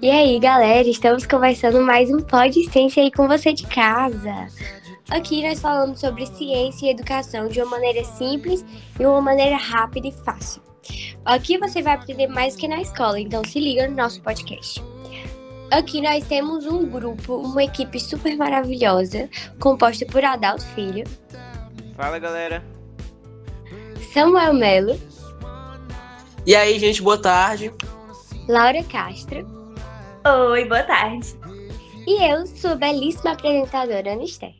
E aí, galera, estamos conversando mais um Pod Ciência aí com você de casa. Aqui nós falamos sobre ciência e educação de uma maneira simples e uma maneira rápida e fácil. Aqui você vai aprender mais que na escola, então se liga no nosso podcast. Aqui nós temos um grupo, uma equipe super maravilhosa, composta por Adalto Filho. Fala, galera. Samuel Melo. E aí, gente, boa tarde. Laura Castro. Oi, boa tarde. E eu, sua belíssima apresentadora, Ana Esther.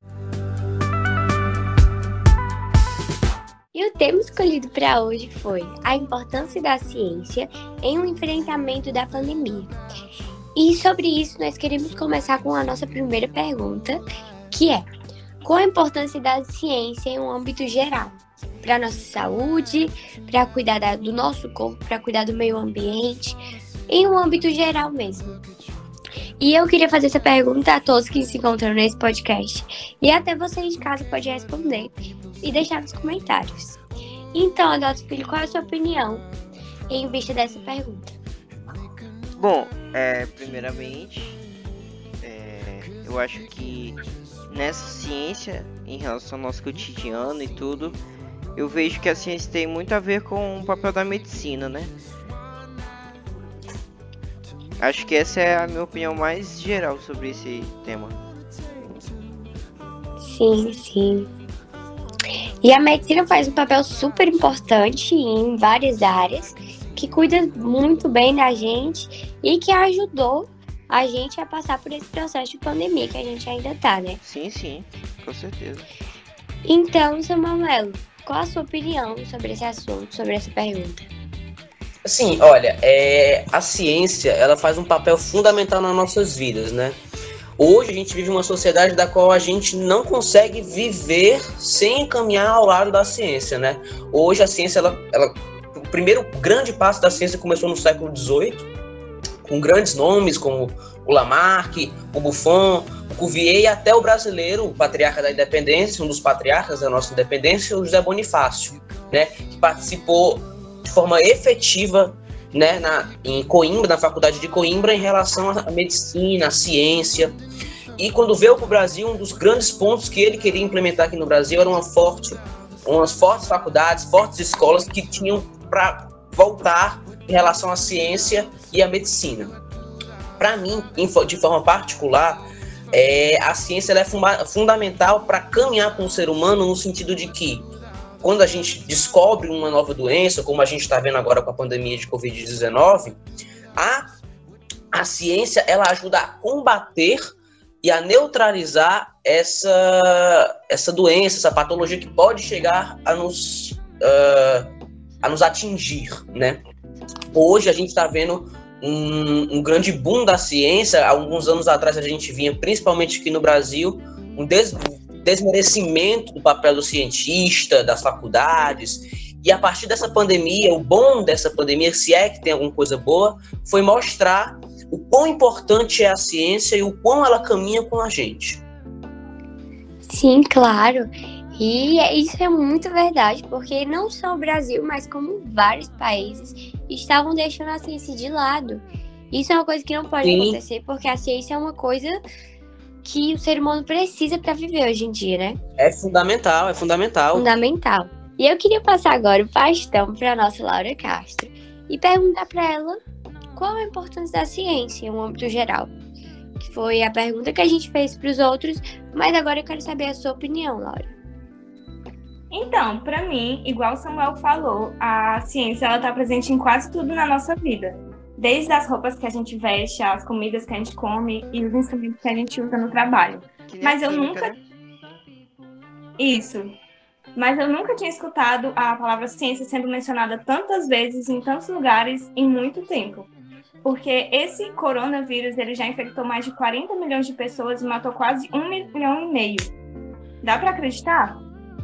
E o tema escolhido para hoje foi a importância da ciência em um enfrentamento da pandemia. E sobre isso nós queremos começar com a nossa primeira pergunta, que é: qual a importância da ciência em um âmbito geral? Para a nossa saúde, para cuidar do nosso corpo, para cuidar do meio ambiente, em um âmbito geral mesmo. E eu queria fazer essa pergunta a todos que se encontram nesse podcast. E até você de casa pode responder e deixar nos comentários. Então, Adalto Filho, qual é a sua opinião em vista dessa pergunta? Bom, primeiramente, eu acho que nessa ciência, em relação ao nosso cotidiano e tudo, eu vejo que a ciência tem muito a ver com o papel da medicina, né? Acho que essa é a minha opinião mais geral sobre esse tema. Sim. E a medicina faz um papel super importante em várias áreas, que cuida muito bem da gente e que ajudou a gente a passar por esse processo de pandemia que a gente ainda tá, né? Sim, com certeza. Então, Samuel, qual a sua opinião sobre esse assunto, sobre essa pergunta? Assim, olha, a ciência, ela faz um papel fundamental nas nossas vidas, né? Hoje a gente vive uma sociedade da qual a gente não consegue viver sem caminhar ao lado da ciência, né? Hoje a ciência, o primeiro grande passo da ciência começou no século XVIII, com grandes nomes como o Lamarck, o Buffon, o Cuvier e até o brasileiro, o patriarca da independência, um dos patriarcas da nossa independência, o José Bonifácio, né, que participou de forma efetiva, né, em Coimbra, na faculdade de Coimbra, em relação à medicina, à ciência. E quando veio para o Brasil, um dos grandes pontos que ele queria implementar aqui no Brasil era umas fortes faculdades, fortes escolas que tinham para voltar em relação à ciência e à medicina. Para mim, de forma particular, a ciência ela é fundamental para caminhar com o ser humano, no sentido de que, quando a gente descobre uma nova doença, como a gente está vendo agora com a pandemia de Covid-19, a ciência ela ajuda a combater e a neutralizar essa doença, essa patologia que pode chegar a nos atingir, né? Hoje a gente está vendo um grande boom da ciência. Há alguns anos atrás a gente vinha, principalmente aqui no Brasil, um desmerecimento do papel do cientista, das faculdades. E a partir dessa pandemia, o bom dessa pandemia, se é que tem alguma coisa boa, foi mostrar o quão importante é a ciência e o quão ela caminha com a gente. Sim, claro. E isso é muito verdade, porque não só o Brasil, mas como vários países estavam deixando a ciência de lado. Isso é uma coisa que não pode acontecer, porque a ciência é uma coisa que o ser humano precisa para viver hoje em dia, né? É fundamental. Fundamental. E eu queria passar agora o bastão para a nossa Laura Castro e perguntar para ela qual a importância da ciência em um âmbito geral. Que foi a pergunta que a gente fez para os outros, mas agora eu quero saber a sua opinião, Laura. Então, para mim, igual o Samuel falou, a ciência ela está presente em quase tudo na nossa vida. Desde as roupas que a gente veste, as comidas que a gente come e os instrumentos que a gente usa no trabalho. Mas eu nunca... Isso. Mas eu nunca tinha escutado a palavra ciência sendo mencionada tantas vezes, em tantos lugares, em muito tempo. Porque esse coronavírus ele já infectou mais de 40 milhões de pessoas e matou quase 1,5 milhão. Dá para acreditar?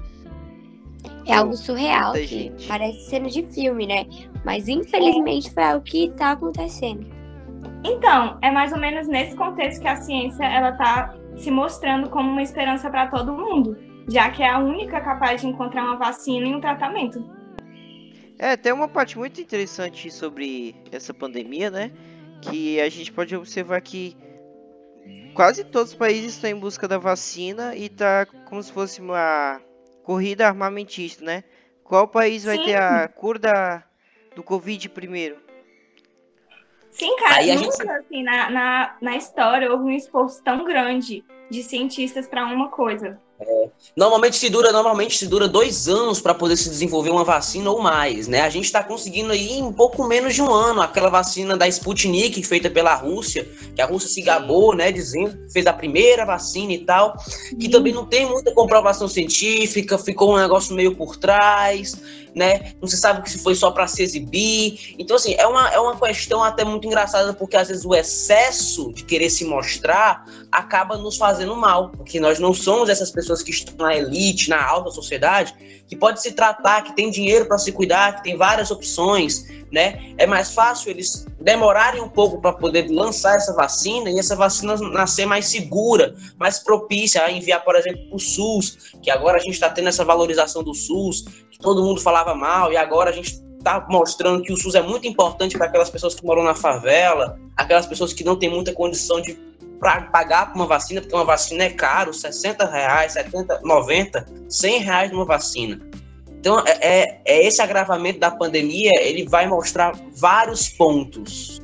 É algo surreal, que parece cena de filme, né? Mas infelizmente foi algo que está acontecendo. Então, é mais ou menos nesse contexto que a ciência ela tá se mostrando como uma esperança para todo mundo, já que é a única capaz de encontrar uma vacina e um tratamento. Tem uma parte muito interessante sobre essa pandemia, né? que a gente pode observar que quase todos os países estão em busca da vacina e tá como se fosse uma corrida armamentista, né? Qual país vai ter a cura do Covid primeiro? Sim, cara, nunca assim, na história houve um esforço tão grande de cientistas para uma coisa. Normalmente se dura 2 anos para poder se desenvolver uma vacina ou mais, né? A gente está conseguindo aí em pouco menos de um ano aquela vacina da Sputnik feita pela Rússia, que a Rússia se gabou, né, dizendo que fez a primeira vacina e tal, que também não tem muita comprovação científica, ficou um negócio meio por trás, né? Não se sabe se foi só para se exibir. Então, assim, é uma questão até muito engraçada, porque às vezes o excesso de querer se mostrar acaba nos fazendo mal, porque nós não somos essas pessoas que estão na elite, na alta sociedade, que pode se tratar, que tem dinheiro para se cuidar, que tem várias opções, né? É mais fácil eles demorarem um pouco para poder lançar essa vacina e essa vacina nascer mais segura, mais propícia a enviar, por exemplo, para o SUS, que agora a gente está tendo essa valorização do SUS, que todo mundo falava mal, e agora a gente está mostrando que o SUS é muito importante para aquelas pessoas que moram na favela, aquelas pessoas que não têm muita condição de pagar por uma vacina, porque uma vacina é caro, R$60, R$70, R$90, R$100 numa vacina. Então, esse agravamento da pandemia, ele vai mostrar vários pontos.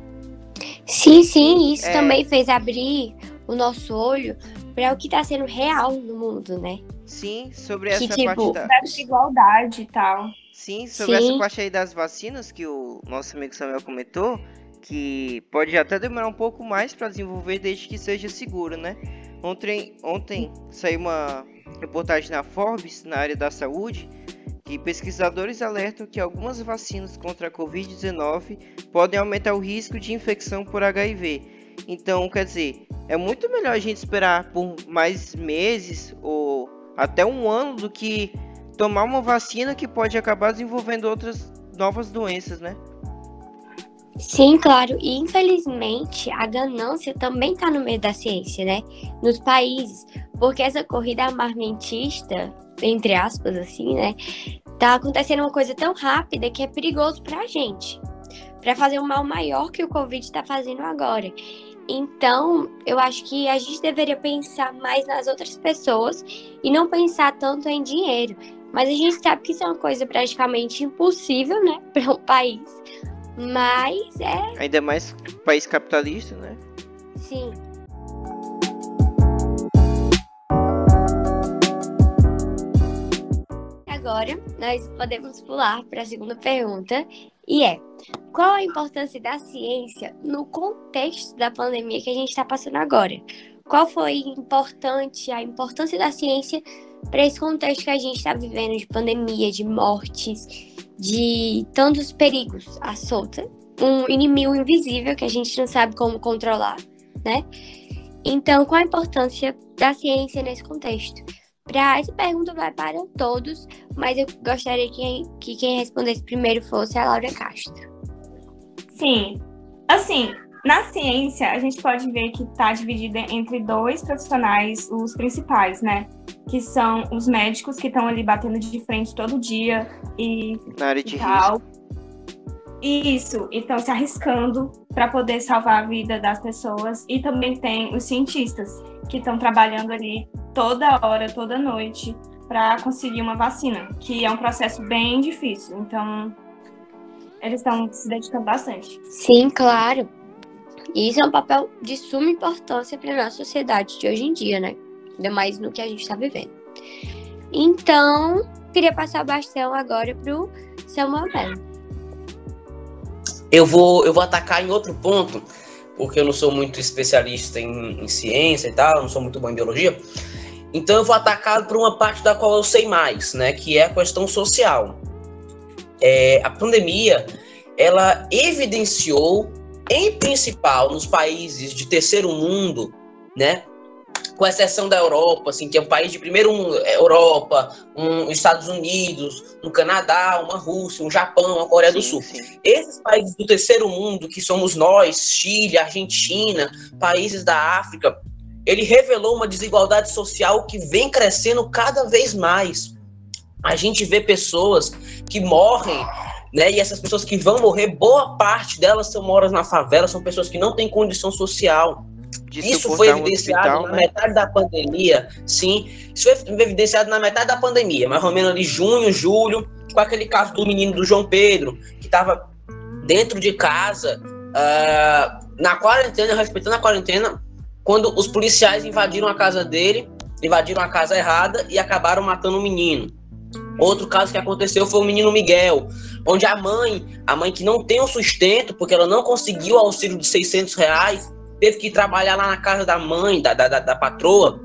Sim, isso também fez abrir o nosso olho para o que está sendo real no mundo, né? Sim, sobre essa parte da desigualdade e tal. Sim, sobre essa parte aí das vacinas que o nosso amigo Samuel comentou, que pode até demorar um pouco mais para desenvolver desde que seja seguro, né? Ontem saiu uma reportagem na Forbes, na área da saúde, que pesquisadores alertam que algumas vacinas contra a Covid-19 podem aumentar o risco de infecção por HIV. Então, quer dizer, é muito melhor a gente esperar por mais meses ou até um ano do que tomar uma vacina que pode acabar desenvolvendo outras novas doenças, né? Sim, claro. E infelizmente a ganância também está no meio da ciência, né? Nos países. Porque essa corrida armamentista, entre aspas, assim, né? Tá acontecendo uma coisa tão rápida que é perigoso pra gente. Pra fazer um mal maior que o Covid tá fazendo agora. Então, eu acho que a gente deveria pensar mais nas outras pessoas e não pensar tanto em dinheiro. Mas a gente sabe que isso é uma coisa praticamente impossível, né? Para um país. Mas é... Ainda mais país capitalista, né? Sim. Agora, nós podemos pular para a segunda pergunta. E qual a importância da ciência no contexto da pandemia que a gente está passando agora? Qual foi a importância da ciência para esse contexto que a gente está vivendo de pandemia, de mortes, de tantos perigos à solta, um inimigo invisível que a gente não sabe como controlar, né? Então, qual a importância da ciência nesse contexto? Essa pergunta vai para todos, mas eu gostaria que quem respondesse primeiro fosse a Laura Castro. Sim, assim, na ciência a gente pode ver que está dividida entre 2 profissionais, os principais, né? Que são os médicos que estão ali batendo de frente todo dia e na área de tal. risco. Isso, e estão se arriscando para poder salvar a vida das pessoas. E também tem os cientistas que estão trabalhando ali toda hora, toda noite para conseguir uma vacina, que é um processo bem difícil. Então, eles estão se dedicando bastante. Sim, claro. E isso é um papel de suma importância para a nossa sociedade de hoje em dia, né? Ainda mais no que a gente está vivendo. Então, queria passar o bastão agora pro Samuel Melo. Eu vou atacar em outro ponto, porque eu não sou muito especialista em ciência e tal, eu não sou muito bom em biologia. Então eu vou atacar por uma parte da qual eu sei mais, né, que é a questão social. A pandemia, ela evidenciou, em principal, nos países de terceiro mundo, né, com exceção da Europa, assim, que é um país de primeiro mundo, Europa, Estados Unidos, um Canadá, uma Rússia, um Japão, uma Coreia do Sul. Sim. Esses países do terceiro mundo, que somos nós, Chile, Argentina, países da África, ele revelou uma desigualdade social que vem crescendo cada vez mais. A gente vê pessoas que morrem né? E essas pessoas que vão morrer, boa parte delas moram na favela, são pessoas que não têm condição social. Isso foi evidenciado na metade da pandemia, sim. Isso foi evidenciado na metade da pandemia, mais ou menos ali junho, julho, com aquele caso do menino do João Pedro, que estava dentro de casa, na quarentena, respeitando a quarentena, quando os policiais invadiram a casa dele, invadiram a casa errada e acabaram matando o menino. Outro caso que aconteceu foi o menino Miguel, onde a mãe que não tem o sustento, porque ela não conseguiu o auxílio de R$600, teve que trabalhar lá na casa da mãe, da patroa,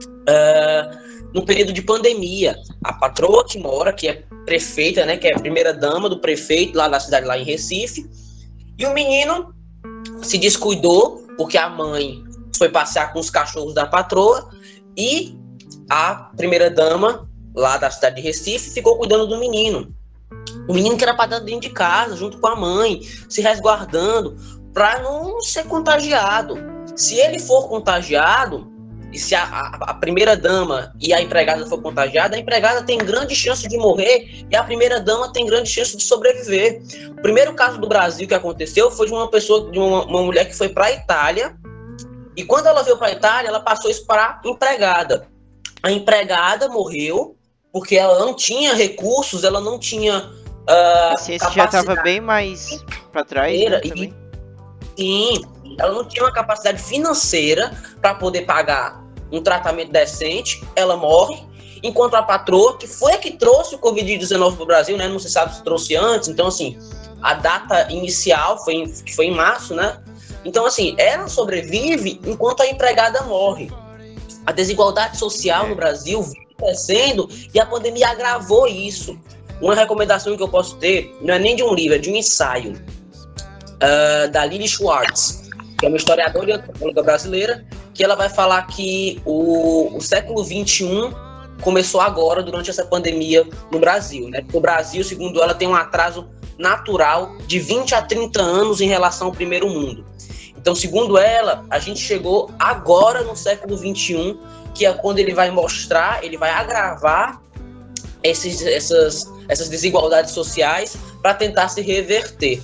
no período de pandemia. A patroa que mora, que é prefeita, né, que é a primeira dama do prefeito lá da cidade, lá em Recife, e o menino se descuidou, porque a mãe foi passear com os cachorros da patroa, e a primeira dama lá da cidade de Recife ficou cuidando do menino. O menino que era para estar dentro de casa, junto com a mãe, se resguardando, para não ser contagiado. Se ele for contagiado, e se a primeira dama e a empregada for contagiada, a empregada tem grande chance de morrer e a primeira dama tem grande chance de sobreviver. O primeiro caso do Brasil que aconteceu foi de uma pessoa, de uma mulher que foi para a Itália, e quando ela veio para a Itália, ela passou isso para a empregada. A empregada morreu porque ela não tinha recursos, ela não tinha a ciência já estava bem mais para trás, né, também. Sim, ela não tinha uma capacidade financeira para poder pagar um tratamento decente, ela morre, enquanto a patroa, que foi a que trouxe o Covid-19 para o Brasil, né, não se sabe se trouxe antes, então assim, a data inicial que foi em março, né, então assim, ela sobrevive enquanto a empregada morre. A desigualdade social no Brasil vem crescendo e a pandemia agravou isso. Uma recomendação que eu posso ter, não é nem de um livro, é de um ensaio, da Lily Schwartz, que é uma historiadora e antropóloga brasileira, que ela vai falar que o século XXI começou agora, durante essa pandemia no Brasil, né? Porque o Brasil, segundo ela, tem um atraso natural de 20 a 30 anos em relação ao primeiro mundo. Então, segundo ela, a gente chegou agora no século XXI, que é quando ele vai mostrar, ele vai agravar essas desigualdades sociais para tentar se reverter.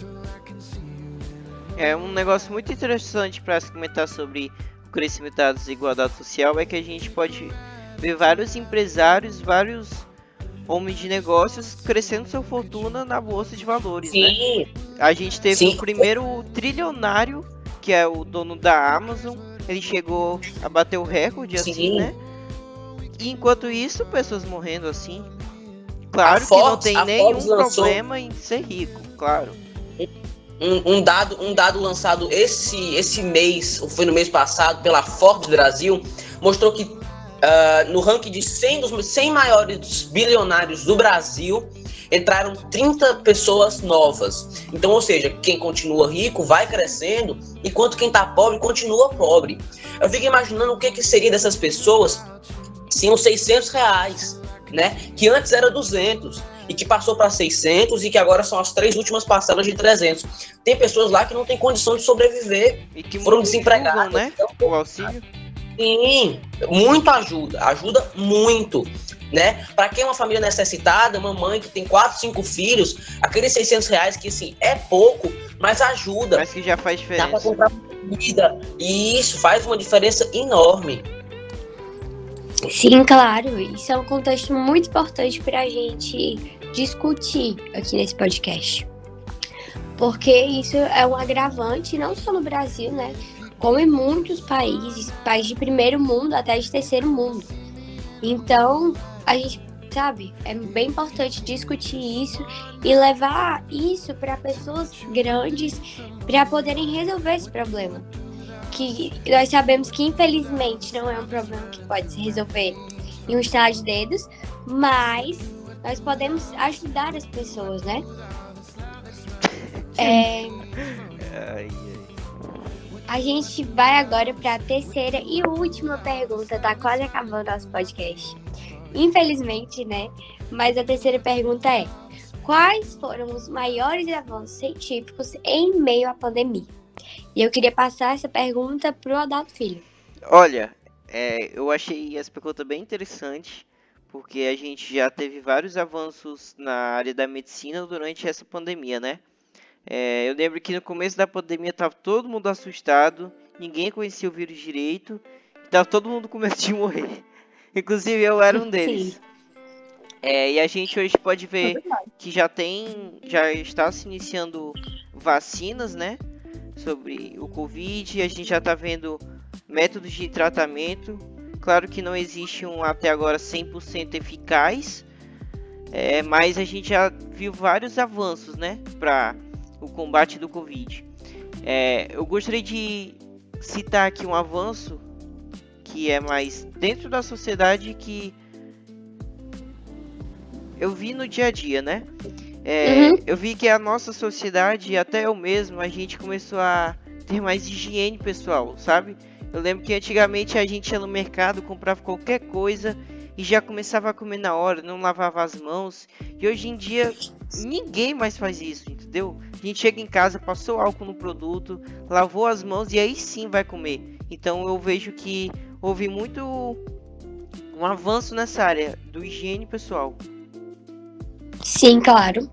É um negócio muito interessante para se comentar sobre o crescimento da desigualdade social, é que a gente pode ver vários empresários, vários homens de negócios crescendo sua fortuna na bolsa de valores. Sim. Né? A gente teve o primeiro trilionário, que é o dono da Amazon, ele chegou a bater o recorde, assim, né? E enquanto isso, pessoas morrendo assim. Claro que não tem nenhum problema em ser rico, claro. Um dado lançado esse mês, ou foi no mês passado, pela Forbes Brasil, mostrou que no ranking de 100 dos 100 maiores bilionários do Brasil, entraram 30 pessoas novas. Então, ou seja, quem continua rico vai crescendo, enquanto quem tá pobre continua pobre. Eu fico imaginando o que seria dessas pessoas sem os R$600, né? Que antes era 200 e que passou para 600 e que agora são as 3 últimas parcelas de 300. Tem pessoas lá que não têm condição de sobreviver, e que foram desempregadas, né? Então, o auxílio. Sim, muito ajuda muito, né? Para quem é uma família necessitada, uma mãe que tem 4, 5 filhos, aqueles R$600 que assim é pouco, mas ajuda. Mas que já faz diferença. Dá para comprar comida e isso faz uma diferença enorme. Sim, claro. Isso é um contexto muito importante para a gente discutir aqui nesse podcast. Porque isso é um agravante, não só no Brasil, né? Como em muitos países de primeiro mundo até de terceiro mundo. Então, a gente, sabe, é bem importante discutir isso e levar isso para pessoas grandes para poderem resolver esse problema. Que nós sabemos que, infelizmente, não é um problema que pode se resolver em um estalar de dedos, mas nós podemos ajudar as pessoas, né? A gente vai agora para a terceira e última pergunta, tá quase acabando nosso podcast. Infelizmente, né? Mas a terceira pergunta é: quais foram os maiores avanços científicos em meio à pandemia? E eu queria passar essa pergunta pro Adalto Filho. Olha, eu achei essa pergunta bem interessante, porque a gente já teve vários avanços na área da medicina durante essa pandemia, né? Eu lembro que no começo da pandemia estava todo mundo assustado, ninguém conhecia o vírus direito, estava todo mundo com medo de morrer. Inclusive eu era um deles. Sim. E a gente hoje pode ver que já está se iniciando vacinas, né, sobre o Covid, a gente já está vendo métodos de tratamento. Claro que não existe até agora 100% eficaz, mas a gente já viu vários avanços, né, para o combate do Covid. Eu gostaria de citar aqui um avanço que é mais dentro da sociedade, que eu vi no dia a dia, né? Eu vi que a nossa sociedade, até eu mesmo, a gente começou a ter mais higiene pessoal, sabe? Eu lembro que antigamente a gente ia no mercado, comprava qualquer coisa e já começava a comer na hora, não lavava as mãos. E hoje em dia ninguém mais faz isso, entendeu? A gente chega em casa, passou álcool no produto, lavou as mãos e aí sim vai comer. Então eu vejo que houve muito um avanço nessa área do higiene pessoal. Sim, claro.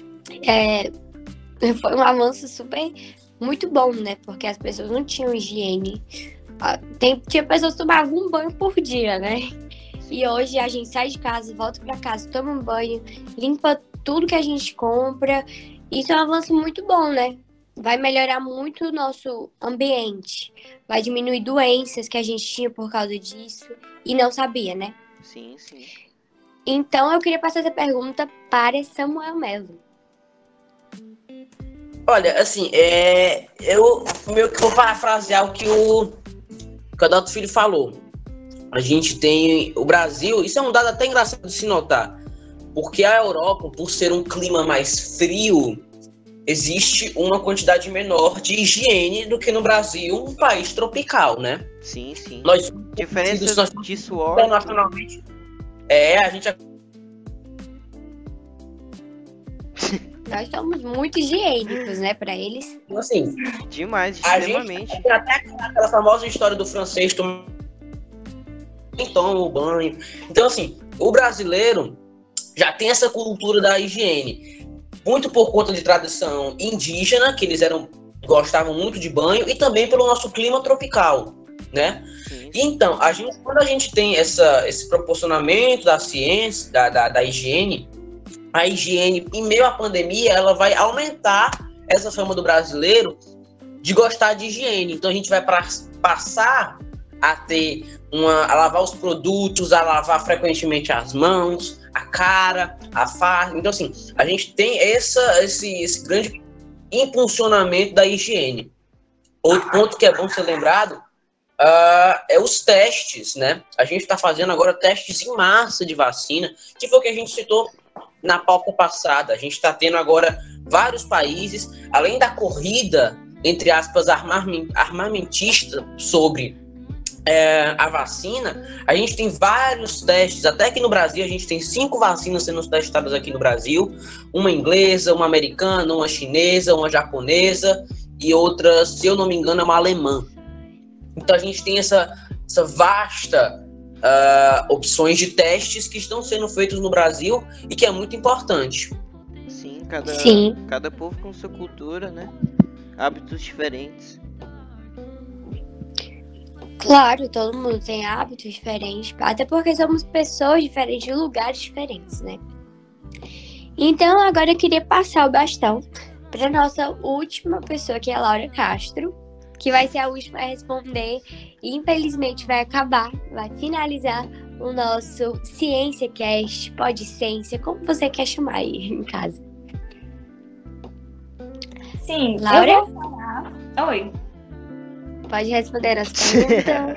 Foi um avanço muito bom, né? Porque as pessoas não tinham higiene. Tinha pessoas que tomavam um banho por dia, né? E hoje a gente sai de casa, volta pra casa, toma um banho, limpa tudo que a gente compra. Isso é um avanço muito bom, né? Vai melhorar muito o nosso ambiente. Vai diminuir doenças que a gente tinha por causa disso e não sabia, né? Sim, sim. Então eu queria passar essa pergunta para Samuel Melo. Olha, assim, eu meio que vou parafrasear o que o Adalto Filho falou. A gente tem o Brasil, isso é um dado até engraçado de se notar, porque a Europa, por ser um clima mais frio, existe uma quantidade menor de higiene do que no Brasil, um país tropical, né? Sim, sim. Diferença de suor. Internacionalmente. A gente. Nós somos muito higiênicos, né, para eles. Assim, demais, extremamente. Tem até aquela famosa história do francês tomar o banho. Então, assim, o brasileiro já tem essa cultura da higiene, muito por conta de tradição indígena, que eles gostavam muito de banho, e também pelo nosso clima tropical, né? Sim. Então, quando a gente tem esse proporcionamento da ciência, da higiene, a higiene, em meio à pandemia, ela vai aumentar essa fama do brasileiro de gostar de higiene. Então, a gente vai passar a lavar os produtos, a lavar frequentemente as mãos, a cara, a face. Então, assim, a gente tem esse grande impulsionamento da higiene. Outro ponto que é bom ser lembrado é os testes, né? A gente está fazendo agora testes em massa de vacina, que foi o que a gente citou na pauta passada. A gente está tendo agora vários países, além da corrida, entre aspas, armamentista sobre a vacina, a gente tem vários testes. Até aqui no Brasil, a gente tem 5 vacinas sendo testadas aqui no Brasil. Uma inglesa, uma americana, uma chinesa, uma japonesa e outra, se eu não me engano, é uma alemã. Então a gente tem essa vasta opções de testes que estão sendo feitos no Brasil e que é muito importante. Sim, cada povo com sua cultura, né? Hábitos diferentes. Claro, todo mundo tem hábitos diferentes, até porque somos pessoas diferentes, de lugares diferentes, né? Então, agora eu queria passar o bastão para nossa última pessoa, que é a Laura Castro, que vai ser a última a responder e, infelizmente, vai finalizar o nosso CiênciaCast, Podciência, como você quer chamar aí em casa. Sim, Laura? Eu vou falar... Oi. Pode responder as perguntas.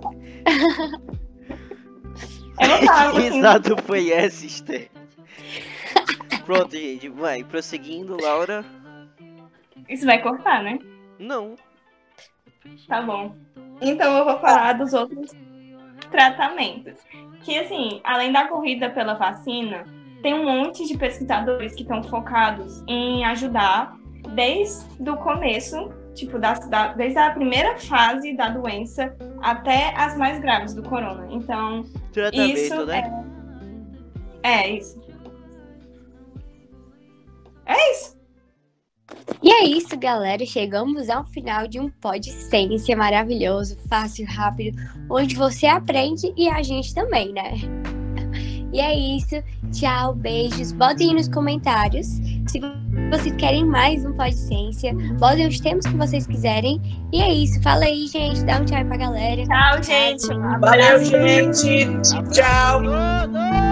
Eu vou falar Que risada foi essa, Esther? Pronto, gente, vai. Prosseguindo, Laura. Isso vai cortar, né? Não. Tá bom. Então eu vou falar dos outros tratamentos. Que, assim, além da corrida pela vacina, tem um monte de pesquisadores que estão focados em ajudar desde o começo, tipo, desde a primeira fase da doença até as mais graves do corona. Então, Tratamento, isso né? É isso. É isso. E é isso, galera. Chegamos ao final de um Podciência maravilhoso, fácil, rápido, onde você aprende e a gente também, né? E é isso. Tchau, beijos. Botem aí nos comentários se vocês querem mais um Podciência. Botem os temas que vocês quiserem. E é isso. Fala aí, gente. Dá um tchau pra galera. Tchau, gente. Valeu, gente. Tchau.